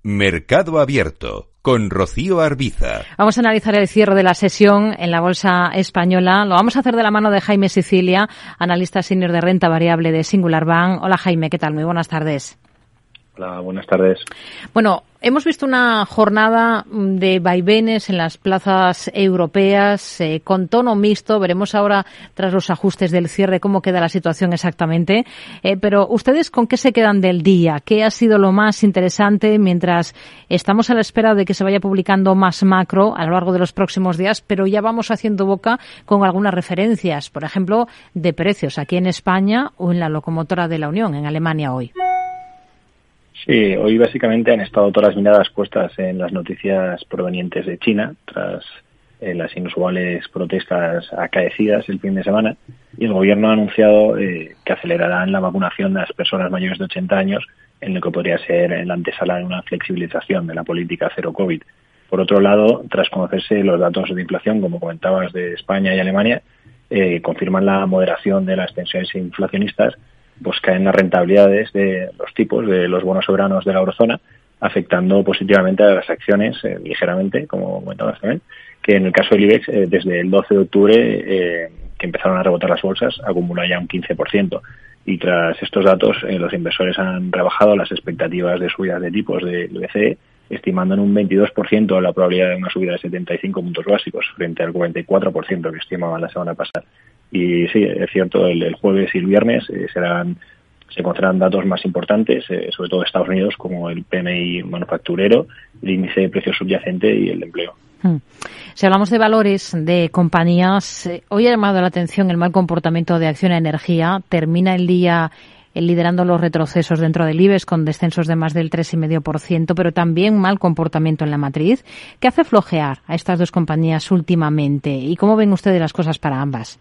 Mercado Abierto, con Rocío Arbiza. Vamos a analizar el cierre de la sesión en la Bolsa Española. Lo vamos a hacer de la mano de Jaime Sicilia, analista senior de renta variable de Singular Bank. Hola Jaime, ¿qué tal? Muy buenas tardes. Hola, buenas tardes. Bueno, hemos visto una jornada de vaivenes en las plazas europeas con tono mixto. Veremos ahora, tras los ajustes del cierre, cómo queda la situación exactamente. Pero, ¿ustedes con qué se quedan del día? ¿Qué ha sido lo más interesante mientras estamos a la espera de que se vaya publicando más macro a lo largo de los próximos días? Pero ya vamos haciendo boca con algunas referencias, por ejemplo, de precios aquí en España o en la locomotora de la Unión, en Alemania hoy. Sí, hoy básicamente han estado todas las miradas puestas en las noticias provenientes de China tras las inusuales protestas acaecidas el fin de semana, y el gobierno ha anunciado que acelerarán la vacunación de las personas mayores de 80 años en lo que podría ser la antesala de una flexibilización de la política cero COVID. Por otro lado, tras conocerse los datos de inflación, como comentabas, de España y Alemania, confirman la moderación de las tensiones inflacionistas, pues caen las rentabilidades de los tipos de los bonos soberanos de la eurozona, afectando positivamente a las acciones ligeramente, como comentabas también, que en el caso del IBEX, desde el 12 de octubre, que empezaron a rebotar las bolsas, acumula ya un 15%. Y tras estos datos, los inversores han rebajado las expectativas de subidas de tipos del BCE, estimando en un 22% la probabilidad de una subida de 75 puntos básicos, frente al 44% que estimaban la semana pasada. Y sí, es cierto, el jueves y el viernes se encontrarán datos más importantes, sobre todo de Estados Unidos, como el PMI manufacturero, el índice de precios subyacente y el de empleo. Si hablamos de valores de compañías, hoy ha llamado la atención el mal comportamiento de Acciona Energía. Termina el día liderando los retrocesos dentro del IBEX con descensos de más del 3,5%, pero también mal comportamiento en la matriz. ¿Qué hace flojear a estas dos compañías últimamente? ¿Y cómo ven ustedes las cosas para ambas?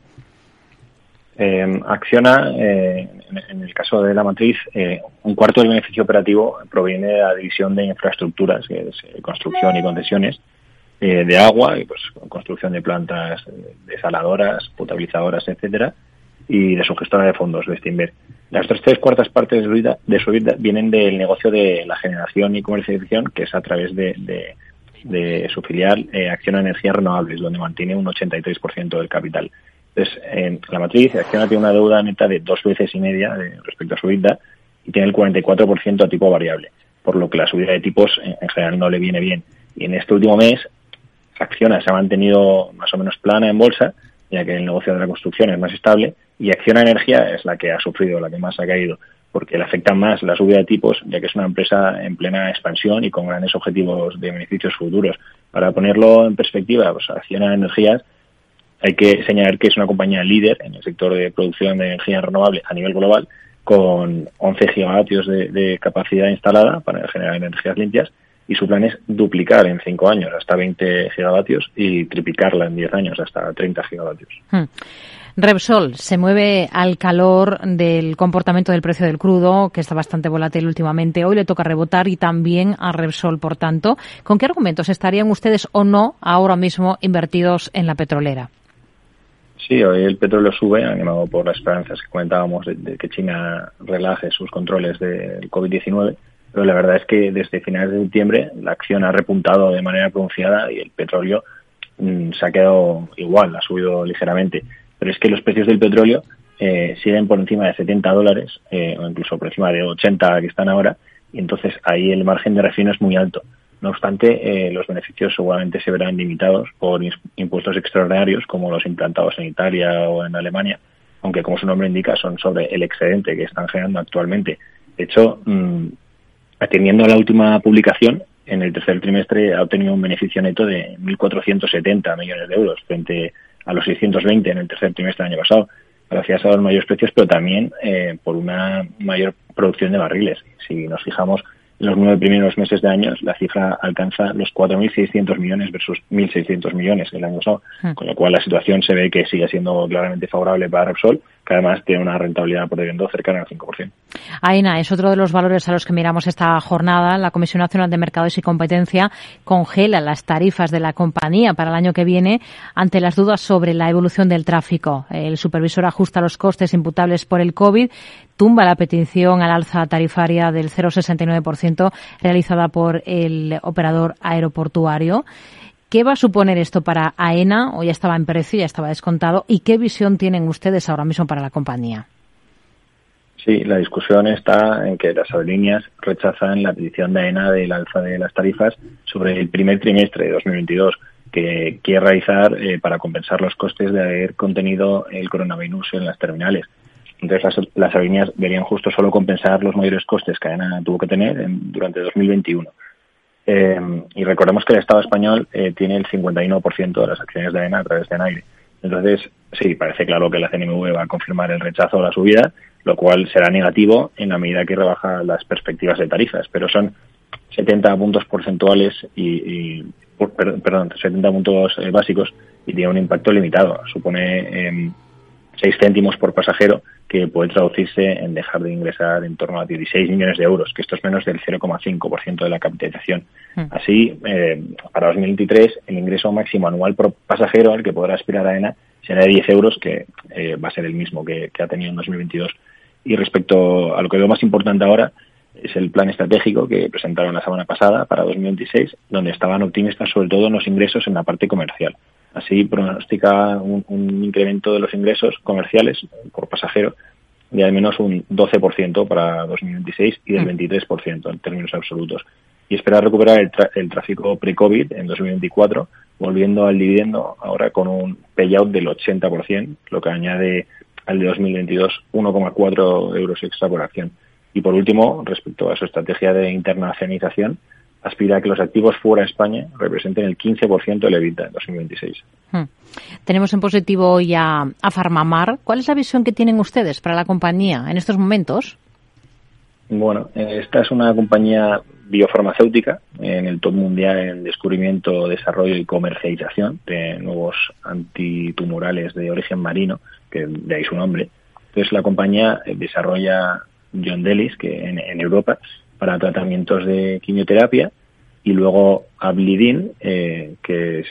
Acciona, en el caso de la matriz, un cuarto del beneficio operativo proviene de la división de infraestructuras, que es construcción y concesiones de agua, y pues construcción de plantas desaladoras, potabilizadoras, etcétera, y de su gestora de fondos, Bestinver. Las otras 3/4 partes de su vida vienen del negocio de la generación y comercialización, que es a través de su filial Acciona Energías Renovables, donde mantiene un 83% del capital. Entonces, en la matriz, Acciona tiene una deuda neta de 2,5 veces respecto a su EBITDA, y tiene el 44% a tipo variable, por lo que la subida de tipos en general no le viene bien. Y en este último mes, Acciona se ha mantenido más o menos plana en bolsa, ya que el negocio de la construcción es más estable, y Acciona Energía es la que ha sufrido, la que más ha caído, porque le afecta más la subida de tipos, ya que es una empresa en plena expansión y con grandes objetivos de beneficios futuros. Para ponerlo en perspectiva, pues Acciona Energías, hay que señalar que es una compañía líder en el sector de producción de energía renovable a nivel global, con 11 gigavatios de capacidad instalada para generar energías limpias, y su plan es duplicar en 5 años hasta 20 gigavatios y triplicarla en 10 años hasta 30 gigavatios. Repsol se mueve al calor del comportamiento del precio del crudo, que está bastante volátil últimamente. Hoy le toca rebotar, y también a Repsol, por tanto. ¿Con qué argumentos estarían ustedes o no ahora mismo invertidos en la petrolera? Sí, hoy el petróleo sube, animado por las esperanzas que comentábamos de que China relaje sus controles del COVID-19, pero la verdad es que desde finales de septiembre la acción ha repuntado de manera pronunciada y el petróleo se ha quedado igual, ha subido ligeramente. Pero es que los precios del petróleo siguen por encima de $70, o incluso por encima de 80 que están ahora, y entonces ahí el margen de refino es muy alto. No obstante, los beneficios seguramente se verán limitados por impuestos extraordinarios, como los implantados en Italia o en Alemania, aunque, como su nombre indica, son sobre el excedente que están generando actualmente. De hecho, atendiendo a la última publicación, en el tercer trimestre ha obtenido un beneficio neto de 1.470 millones de euros, frente a los 620 en el tercer trimestre del año pasado, gracias a los mayores precios, pero también por una mayor producción de barriles. Si nos fijamos en los 9 primeros meses de año, la cifra alcanza los 4.600 millones versus 1.600 millones el año pasado, con lo cual la situación se ve que sigue siendo claramente favorable para Repsol, que además tiene una rentabilidad por dividendo cercana al 5%. AENA es otro de los valores a los que miramos esta jornada. La Comisión Nacional de Mercados y Competencia congela las tarifas de la compañía para el año que viene ante las dudas sobre la evolución del tráfico. El supervisor ajusta los costes imputables por el COVID, tumba la petición al alza tarifaria del 0,69% realizada por el operador aeroportuario. ¿Qué va a suponer esto para AENA? O ya estaba en precio, ya estaba descontado. ¿Y qué visión tienen ustedes ahora mismo para la compañía? Sí, la discusión está en que las aerolíneas rechazan la petición de AENA del alza de las tarifas sobre el primer trimestre de 2022 que quiere realizar para compensar los costes de haber contenido el coronavirus en las terminales. Entonces las aerolíneas deberían justo solo compensar los mayores costes que AENA tuvo que tener durante 2021. Y recordemos que el Estado español tiene el 51% de las acciones de AENA a través de ANAIRE. Entonces, sí, parece claro que la CNMV va a confirmar el rechazo a la subida, lo cual será negativo en la medida que rebaja las perspectivas de tarifas, pero son 70 puntos porcentuales 70 puntos básicos y tiene un impacto limitado. Supone 6 céntimos por pasajero, que puede traducirse en dejar de ingresar en torno a 16 millones de euros, que esto es menos del 0,5% de la capitalización. Así, para 2023, el ingreso máximo anual por pasajero al que podrá aspirar AENA será de 10 euros, que va a ser el mismo que ha tenido en 2022. Y respecto a lo que veo más importante ahora, es el plan estratégico que presentaron la semana pasada para 2026, donde estaban optimistas sobre todo en los ingresos en la parte comercial. Así pronostica un incremento de los ingresos comerciales por pasajero de al menos un 12% para 2026 y del 23% en términos absolutos. Y espera recuperar el tráfico pre-COVID en 2024, volviendo al dividendo ahora con un payout del 80%, lo que añade al de 2022 1,4 euros extra por acción. Y por último, respecto a su estrategia de internacionalización, aspira a que los activos fuera de España representen el 15% del EBITDA en 2026. Tenemos en positivo hoy a PharmaMar. ¿Cuál es la visión que tienen ustedes para la compañía en estos momentos? Bueno, esta es una compañía biofarmacéutica en el top mundial en descubrimiento, desarrollo y comercialización de nuevos antitumorales de origen marino, que de ahí su nombre. Entonces, la compañía desarrolla Yondelis, que en Europa, para tratamientos de quimioterapia, y luego Ablidin, que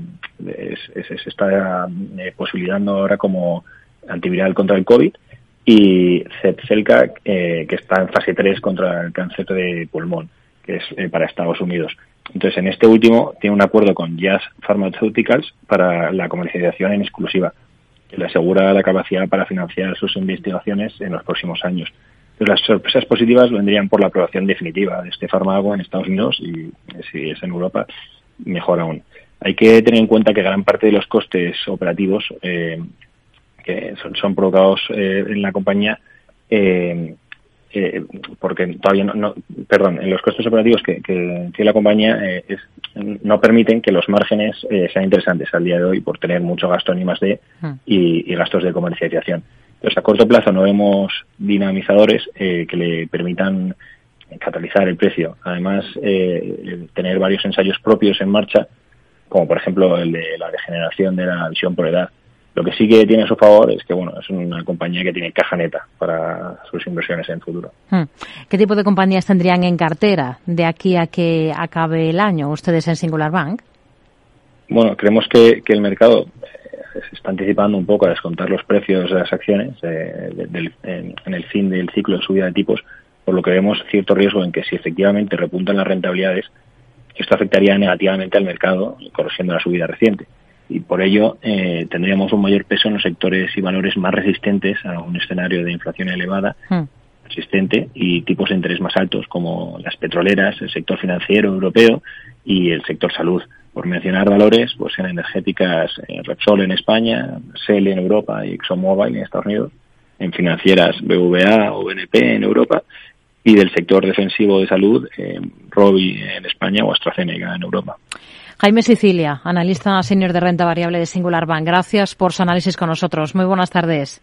se está posibilitando ahora como antiviral contra el COVID, y Zepzelca, que está en fase 3 contra el cáncer de pulmón, que es para Estados Unidos. Entonces, en este último tiene un acuerdo con Jazz Pharmaceuticals para la comercialización en exclusiva, que le asegura la capacidad para financiar sus investigaciones en los próximos años. Las sorpresas positivas vendrían por la aprobación definitiva de este fármaco en Estados Unidos y, si es en Europa, mejor aún. Hay que tener en cuenta que gran parte de los costes operativos que son provocados en la compañía porque todavía en los costes operativos que tiene la compañía no permiten que los márgenes sean interesantes al día de hoy por tener mucho gasto en I+D y gastos de comercialización. Entonces, a corto plazo no vemos dinamizadores que le permitan catalizar el precio. Además, tener varios ensayos propios en marcha, como por ejemplo el de la degeneración de la visión por edad. Lo que sí que tiene a su favor es que es una compañía que tiene caja neta para sus inversiones en el futuro. ¿Qué tipo de compañías tendrían en cartera de aquí a que acabe el año ustedes en Singular Bank? Bueno, creemos que el mercado se está anticipando un poco a descontar los precios de las acciones en el fin del ciclo de subida de tipos, por lo que vemos cierto riesgo en que si efectivamente repuntan las rentabilidades, esto afectaría negativamente al mercado, corrigiendo la subida reciente. Y por ello tendríamos un mayor peso en los sectores y valores más resistentes a un escenario de inflación elevada, persistente, y tipos de interés más altos, como las petroleras, el sector financiero europeo y el sector salud. Por mencionar valores, en energéticas, Repsol en España, Shell en Europa y ExxonMobil en Estados Unidos, en financieras, BVA o BNP en Europa, y del sector defensivo de salud, Robi en España o AstraZeneca en Europa. Jaime Sicilia, analista senior de renta variable de Singular Bank. Gracias por su análisis con nosotros. Muy buenas tardes.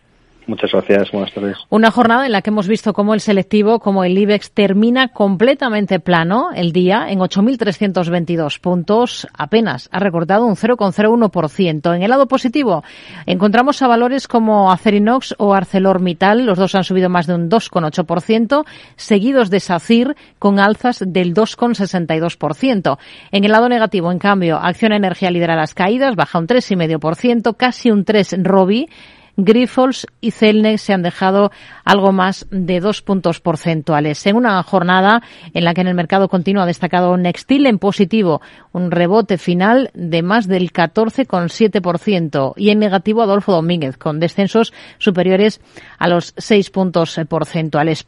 Muchas gracias, buenas tardes. Una jornada en la que hemos visto cómo el selectivo, como el IBEX, termina completamente plano el día en 8.322 puntos, apenas ha recortado un 0,01%. En el lado positivo encontramos a valores como Acerinox o ArcelorMittal, los dos han subido más de un 2,8%, seguidos de SACIR con alzas del 2,62%. En el lado negativo, en cambio, Acciona Energía lidera las caídas, baja un 3,5%, casi un 3% Robi. Grifols y Celnex se han dejado algo más de 2 puntos porcentuales. En una jornada en la que en el mercado continuo ha destacado Nextil en positivo, un rebote final de más del 14,7%. Y en negativo Adolfo Domínguez, con descensos superiores a los 6 puntos porcentuales.